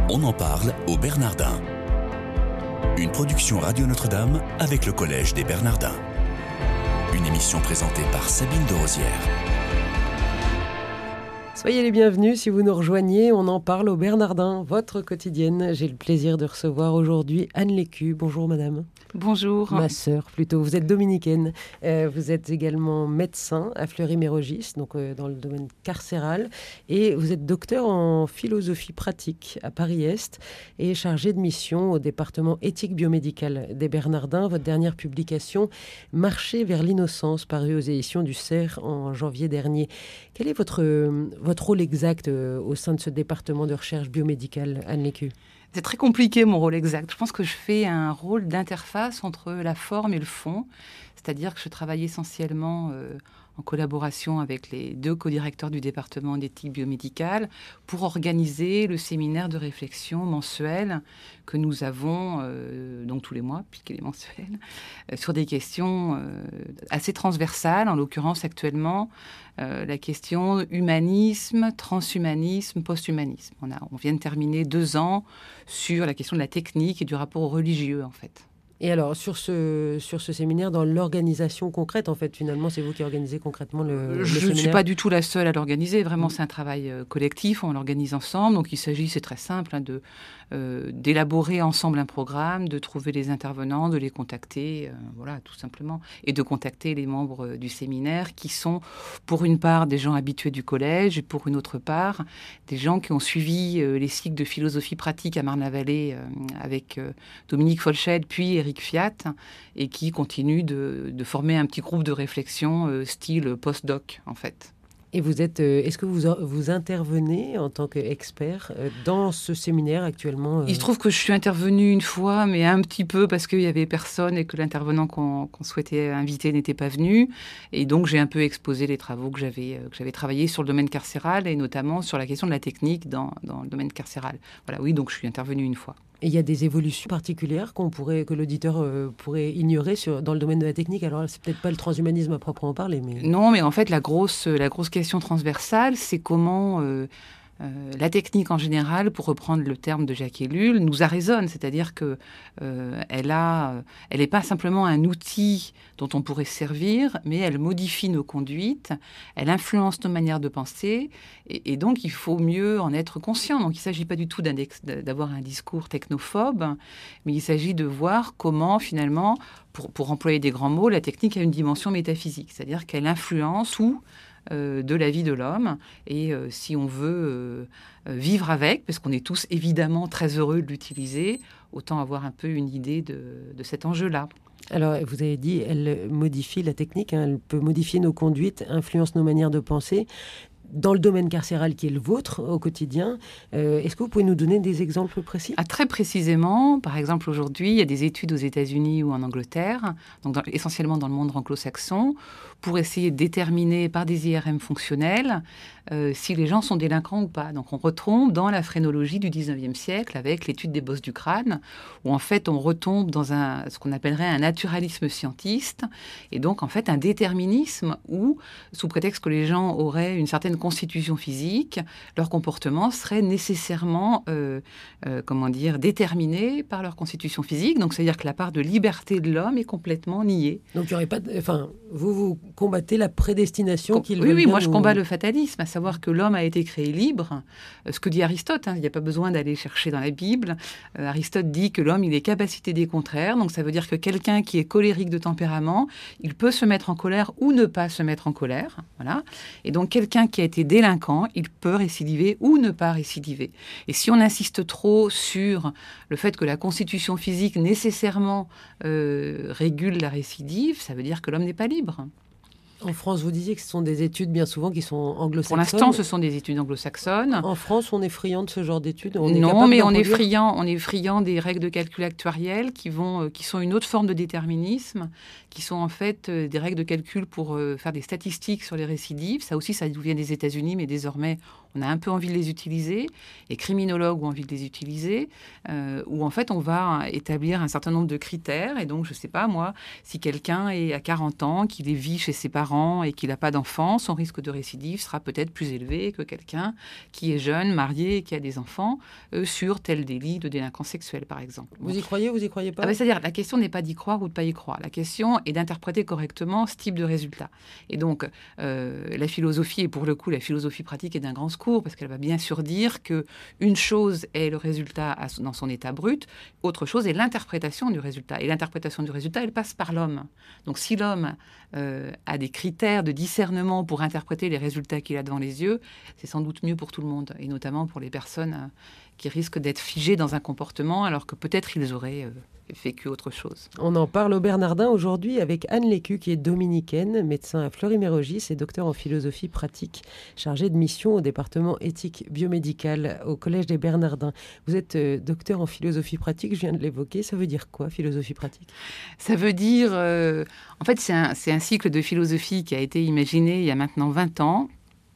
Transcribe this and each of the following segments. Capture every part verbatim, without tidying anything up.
On en parle aux Bernardins. Une production Radio Notre-Dame avec le Collège des Bernardins. Une émission présentée par Sabine de Rosière. Soyez les bienvenus si vous nous rejoignez. On en parle aux Bernardins, votre quotidienne. J'ai le plaisir de recevoir aujourd'hui Anne Lécu. Bonjour madame. Bonjour. Ma sœur plutôt. Vous êtes dominicaine. Euh, vous êtes également médecin à Fleury-Mérogis, donc euh, dans le domaine carcéral. Et vous êtes docteur en philosophie pratique à Paris-Est et chargé de mission au département éthique biomédicale des Bernardins. Votre dernière publication, Marcher vers l'innocence, parue aux éditions du Cerf en janvier dernier. Quel est votre, euh, votre rôle exact euh, au sein de ce département de recherche biomédicale, Anne Lécu ? C'est très compliqué mon rôle exact. Je pense que je fais un rôle d'interface entre la forme et le fond. C'est-à-dire que je travaille essentiellement euh, en collaboration avec les deux co-directeurs du département d'éthique biomédicale pour organiser le séminaire de réflexion mensuel que nous avons, euh, donc tous les mois, puisqu'il est mensuel, euh, sur des questions euh, assez transversales, en l'occurrence actuellement, euh, la question humanisme, transhumanisme, posthumanisme. On, a, on vient de terminer deux ans sur la question de la technique et du rapport au religieux, en fait. Et alors, sur ce, sur ce séminaire, dans l'organisation concrète, en fait, finalement, c'est vous qui organisez concrètement le, le Je séminaire ? ne suis pas du tout la seule à l'organiser. Vraiment, mmh. c'est un travail euh, collectif. On l'organise ensemble. Donc, il s'agit, c'est très simple, hein, de, euh, d'élaborer ensemble un programme, de trouver les intervenants, de les contacter, euh, voilà, tout simplement. Et de contacter les membres euh, du séminaire qui sont, pour une part, des gens habitués du collège et pour une autre part, des gens qui ont suivi euh, les cycles de philosophie pratique à Marne-la-Vallée euh, avec euh, Dominique Folchède, puis Éric Fiat, et qui continue de, de former un petit groupe de réflexion euh, style post-doc, en fait. Et vous êtes, euh, est-ce que vous, vous intervenez en tant qu'expert euh, dans ce séminaire actuellement euh... Il se trouve que je suis intervenue une fois, mais un petit peu parce qu'il y avait personne et que l'intervenant qu'on, qu'on souhaitait inviter n'était pas venu. Et donc, j'ai un peu exposé les travaux que j'avais, euh, que j'avais travaillés sur le domaine carcéral et notamment sur la question de la technique dans, dans le domaine carcéral. Voilà, oui, donc je suis intervenue une fois. Et il y a des évolutions particulières qu'on pourrait, que l'auditeur euh, pourrait ignorer sur, dans le domaine de la technique. Alors, c'est peut-être pas le transhumanisme à proprement parler, mais... Non, mais en fait, la grosse, la grosse question transversale, c'est comment... Euh, Euh, la technique en général, pour reprendre le terme de Jacques Ellul, nous arraisonne, c'est-à-dire que euh, elle a, elle n'est pas simplement un outil dont on pourrait se servir, mais elle modifie nos conduites, elle influence nos manières de penser, et, et donc il faut mieux en être conscient. Donc il ne s'agit pas du tout d'avoir un discours technophobe, mais il s'agit de voir comment finalement, pour, pour employer des grands mots, la technique a une dimension métaphysique, c'est-à-dire qu'elle influence ou Euh, de la vie de l'homme. Et euh, si on veut euh, vivre avec, parce qu'on est tous évidemment très heureux de l'utiliser, autant avoir un peu une idée de, de cet enjeu-là. Alors, vous avez dit, elle modifie la technique, hein, elle peut modifier nos conduites, influence nos manières de penser. Dans le domaine carcéral qui est le vôtre au quotidien, euh, est-ce que vous pouvez nous donner des exemples précis ? Ah, très précisément, par exemple aujourd'hui, il y a des études aux États-Unis ou en Angleterre, donc dans, essentiellement dans le monde anglo-saxon, pour essayer de déterminer par des I R M fonctionnels euh, si les gens sont délinquants ou pas. Donc on retombe dans la phrénologie du dix-neuvième siècle avec l'étude des bosses du crâne, où en fait on retombe dans un, ce qu'on appellerait un naturalisme scientiste, et donc en fait un déterminisme où, sous prétexte que les gens auraient une certaine constitution physique, leur comportement serait nécessairement euh, euh, comment dire, déterminé par leur constitution physique. Donc c'est-à-dire que la part de liberté de l'homme est complètement niée. Donc il y aurait pas, de, enfin vous vous combattez la prédestination qu'il Oui, oui, moi je ou... combats le fatalisme, à savoir que l'homme a été créé libre. Ce que dit Aristote, hein, il n'y a pas besoin d'aller chercher dans la Bible. Euh, Aristote dit que l'homme, il est capacité des contraires. Donc ça veut dire que quelqu'un qui est colérique de tempérament, il peut se mettre en colère ou ne pas se mettre en colère. Voilà. Et donc quelqu'un qui a été délinquant, il peut récidiver ou ne pas récidiver. Et si on insiste trop sur le fait que la constitution physique nécessairement euh, régule la récidive, ça veut dire que l'homme n'est pas libre. En France, vous disiez que ce sont des études bien souvent qui sont anglo-saxonnes. Pour l'instant, ce sont des études anglo-saxonnes. En France, on est friand de ce genre d'études. On non, mais on est friand, on est friand des règles de calcul actuarielles qui vont, euh, qui sont une autre forme de déterminisme, qui sont en fait euh, des règles de calcul pour euh, faire des statistiques sur les récidives. Ça aussi, ça nous vient des États-Unis, mais désormais, on a un peu envie de les utiliser, les criminologues ont envie de les utiliser, euh, où en fait on va établir un certain nombre de critères. Et donc, je ne sais pas, moi, si quelqu'un est à quarante ans, qu'il vit chez ses parents et qu'il n'a pas d'enfants, son risque de récidive sera peut-être plus élevé que quelqu'un qui est jeune, marié, qui a des enfants, euh, sur tel délit de délinquance sexuelle, par exemple. Vous y croyez, vous y croyez pas? Ah ben, c'est-à-dire, la question n'est pas d'y croire ou de ne pas y croire. La question est d'interpréter correctement ce type de résultat. Et donc, euh, la philosophie, et pour le coup, la philosophie pratique est d'un grand secours, parce qu'elle va bien sûr dire qu'une chose est le résultat dans son état brut, autre chose est l'interprétation du résultat. Et l'interprétation du résultat, elle passe par l'homme. Donc, si l'homme euh, a des critères de discernement pour interpréter les résultats qu'il a devant les yeux, c'est sans doute mieux pour tout le monde, et notamment pour les personnes euh, qui risquent d'être figées dans un comportement, alors que peut-être ils auraient euh, vécu autre chose. On en parle au Bernardin aujourd'hui avec Anne Lécu, qui est dominicaine, médecin à Fleury-Mérogis et docteur en philosophie pratique, chargée de mission au département éthique biomédicale au Collège des Bernardins. Vous êtes euh, docteur en philosophie pratique, je viens de l'évoquer. Ça veut dire quoi, philosophie pratique? Ça veut dire... Euh, en fait, c'est un, c'est un cycle de philosophie qui a été imaginé il y a maintenant vingt ans,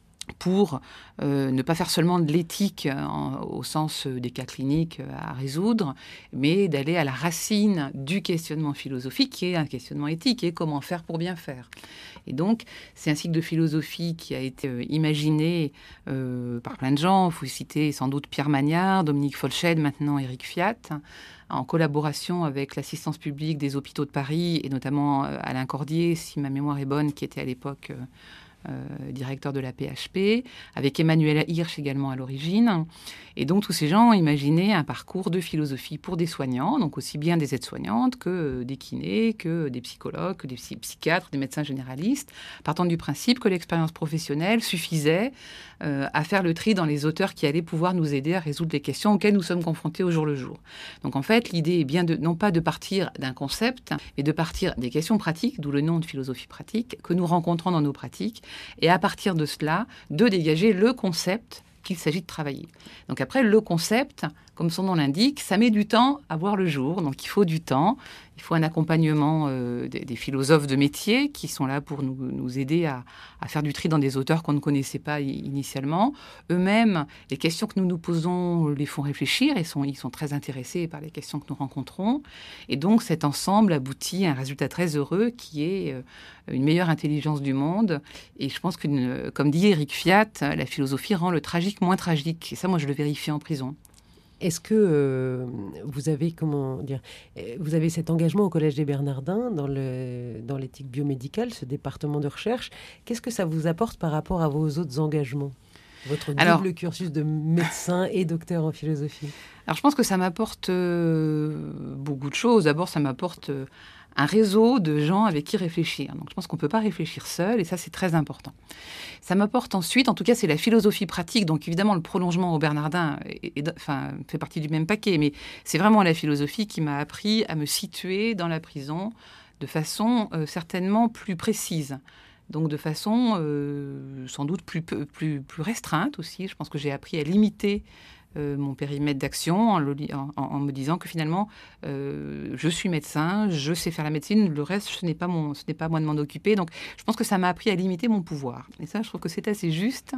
pour euh, ne pas faire seulement de l'éthique en, au sens des cas cliniques à résoudre, mais d'aller à la racine du questionnement philosophique, qui est un questionnement éthique, et comment faire pour bien faire. Et donc, c'est un cycle de philosophie qui a été euh, imaginé euh, par plein de gens. Il faut citer sans doute Pierre Magnard, Dominique Folched, maintenant Éric Fiat, en collaboration avec l'assistance publique des hôpitaux de Paris, et notamment euh, Alain Cordier, si ma mémoire est bonne, qui était à l'époque... Euh, Euh, directeur de la P H P, avec Emmanuel Hirsch également à l'origine. Et donc, tous ces gens ont imaginé un parcours de philosophie pour des soignants, donc aussi bien des aides-soignantes que des kinés, que des psychologues, que des psy- psychiatres, des médecins généralistes, partant du principe que l'expérience professionnelle suffisait euh, à faire le tri dans les auteurs qui allaient pouvoir nous aider à résoudre les questions auxquelles nous sommes confrontés au jour le jour. Donc, en fait, l'idée est bien de, non pas de partir d'un concept, mais de partir des questions pratiques, d'où le nom de philosophie pratique, que nous rencontrons dans nos pratiques, et à partir de cela, de dégager le concept qu'il s'agit de travailler. Donc après, le concept, comme son nom l'indique, ça met du temps à voir le jour. Donc il faut du temps, il faut un accompagnement euh, des, des philosophes de métier qui sont là pour nous, nous aider à, à faire du tri dans des auteurs qu'on ne connaissait pas initialement. Eux-mêmes, les questions que nous nous posons les font réfléchir et sont, ils sont très intéressés par les questions que nous rencontrons. Et donc cet ensemble aboutit à un résultat très heureux qui est euh, une meilleure intelligence du monde. Et je pense que, comme dit Éric Fiat, la philosophie rend le tragique moins tragique. Et ça, moi, je le vérifie en prison. Est-ce que euh, vous avez, comment dire, vous avez cet engagement au Collège des Bernardins dans, le, dans l'éthique biomédicale, ce département de recherche? Qu'est-ce que ça vous apporte par rapport à vos autres engagements, votre double alors, cursus de médecin et docteur en philosophie? Alors, je pense que ça m'apporte euh, beaucoup de choses. D'abord, ça m'apporte... Euh, un réseau de gens avec qui réfléchir. Donc, je pense qu'on ne peut pas réfléchir seul, et ça, c'est très important. Ça m'apporte ensuite, en tout cas, c'est la philosophie pratique. Donc, évidemment, le prolongement au Bernardin est, est, enfin, fait partie du même paquet, mais c'est vraiment la philosophie qui m'a appris à me situer dans la prison de façon euh, certainement plus précise. Donc, de façon euh, sans doute plus, plus, plus restreinte aussi. Je pense que j'ai appris à limiter Euh, mon périmètre d'action en, le, en, en me disant que finalement, euh, je suis médecin, je sais faire la médecine, le reste, ce n'est pas, mon, ce n'est pas à moi de m'en occuper. Donc, je pense que ça m'a appris à limiter mon pouvoir. Et ça, je trouve que c'est assez juste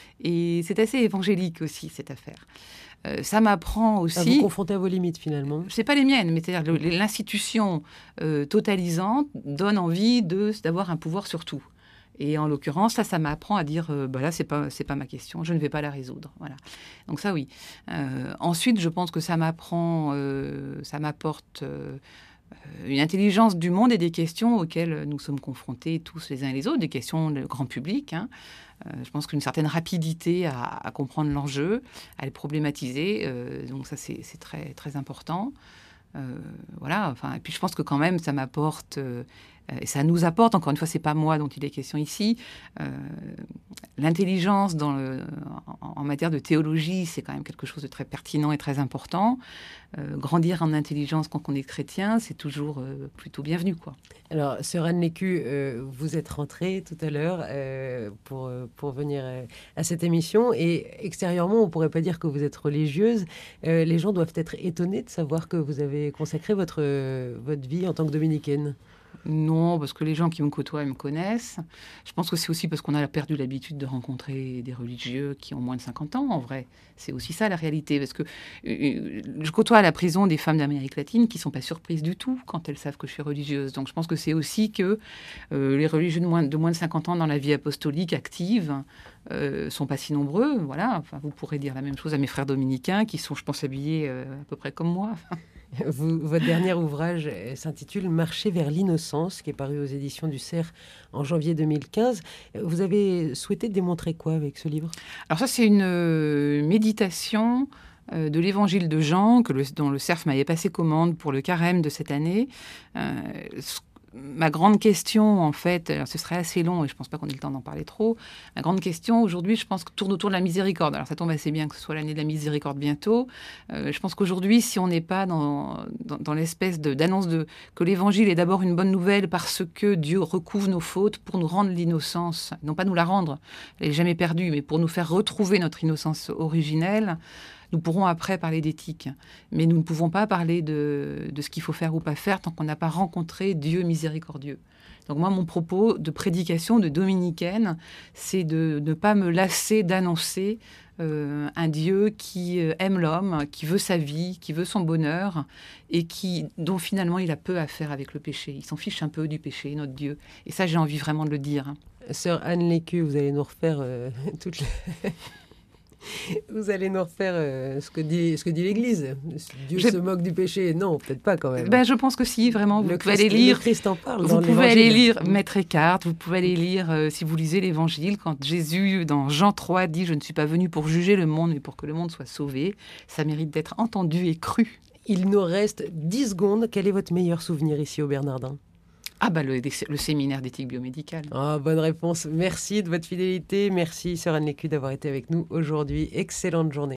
et c'est assez évangélique aussi, cette affaire. Euh, ça m'apprend aussi... À vous confronter à vos limites, finalement. Ce n'est pas les miennes, mais c'est-à-dire le, l'institution euh, totalisante donne envie de, d'avoir un pouvoir sur tout. Et en l'occurrence, là, ça m'apprend à dire, euh, bah là, c'est pas, c'est pas ma question, je ne vais pas la résoudre. Voilà. Donc ça, oui. Euh, ensuite, je pense que ça m'apprend, euh, ça m'apporte euh, une intelligence du monde et des questions auxquelles nous sommes confrontés tous les uns et les autres, des questions de grand public. Hein. Euh, je pense qu'une certaine rapidité à, à comprendre l'enjeu, à le problématiser. Euh, donc ça, c'est, c'est très, très important. Euh, voilà. Enfin, et puis je pense que quand même, ça m'apporte... Euh, Et ça nous apporte, encore une fois, c'est pas moi dont il est question ici, euh, l'intelligence dans le, en, en matière de théologie, c'est quand même quelque chose de très pertinent et très important. Euh, grandir en intelligence quand on est chrétien, c'est toujours euh, plutôt bienvenu, quoi. Alors, sœur Anne Lécu, euh, vous êtes rentrée tout à l'heure euh, pour, pour venir euh, à cette émission, et extérieurement, on pourrait pas dire que vous êtes religieuse. Euh, les gens doivent être étonnés de savoir que vous avez consacré votre, votre vie en tant que dominicaine. Non, parce que les gens qui me côtoient me connaissent. Je pense que c'est aussi parce qu'on a perdu l'habitude de rencontrer des religieux qui ont moins de cinquante ans, en vrai. C'est aussi ça la réalité. Parce que euh, je côtoie à la prison des femmes d'Amérique latine qui ne sont pas surprises du tout quand elles savent que je suis religieuse. Donc je pense que c'est aussi que euh, les religieux de moins, de moins de cinquante ans dans la vie apostolique active ne euh, sont pas si nombreux. Voilà. Enfin, vous pourrez dire la même chose à mes frères dominicains qui sont, je pense, habillés euh, à peu près comme moi. Vous, votre dernier ouvrage s'intitule « Marcher vers l'innocence », qui est paru aux éditions du Cerf en janvier deux mille quinze. Vous avez souhaité démontrer quoi avec ce livre? Alors ça, c'est une euh, méditation euh, de l'évangile de Jean, que le, dont le Cerf m'avait passé commande pour le carême de cette année. Euh, Ma grande question, en fait, alors ce serait assez long et je ne pense pas qu'on ait le temps d'en parler trop. Ma grande question aujourd'hui, je pense que tourne autour de la miséricorde. Alors ça tombe assez bien que ce soit l'année de la miséricorde bientôt. Euh, je pense qu'aujourd'hui, si on n'est pas dans, dans, dans l'espèce de, d'annonce de, que l'évangile est d'abord une bonne nouvelle parce que Dieu recouvre nos fautes pour nous rendre l'innocence, non pas nous la rendre, elle n'est jamais perdue, mais pour nous faire retrouver notre innocence originelle, nous pourrons après parler d'éthique, mais nous ne pouvons pas parler de, de ce qu'il faut faire ou pas faire tant qu'on n'a pas rencontré Dieu miséricordieux. Donc moi, mon propos de prédication, de dominicaine, c'est de ne pas me lasser d'annoncer euh, un Dieu qui aime l'homme, qui veut sa vie, qui veut son bonheur, et qui, dont finalement il a peu à faire avec le péché. Il s'en fiche un peu du péché, notre Dieu. Et ça, j'ai envie vraiment de le dire. Sœur Anne Lécu, vous allez nous refaire euh, toutes les... Vous allez nous refaire euh, ce que dit, ce que dit l'Église. Dieu je... se moque du péché. Non, peut-être pas quand même. Ben, je pense que si, vraiment. Vous le pouvez Christ, aller lire. Le Christ en parle. Vous pouvez aller lire Maître Eckhart. Vous pouvez aller lire, euh, si vous lisez l'Évangile, quand Jésus, dans Jean trois, dit « Je ne suis pas venu pour juger le monde, mais pour que le monde soit sauvé ». Ça mérite d'être entendu et cru. Il nous reste dix secondes. Quel est votre meilleur souvenir ici au Bernardin? Ah bah le, le séminaire d'éthique biomédicale. Ah, bonne réponse. Merci de votre fidélité. Merci, Sœur Anne Lécu, d'avoir été avec nous aujourd'hui. Excellente journée.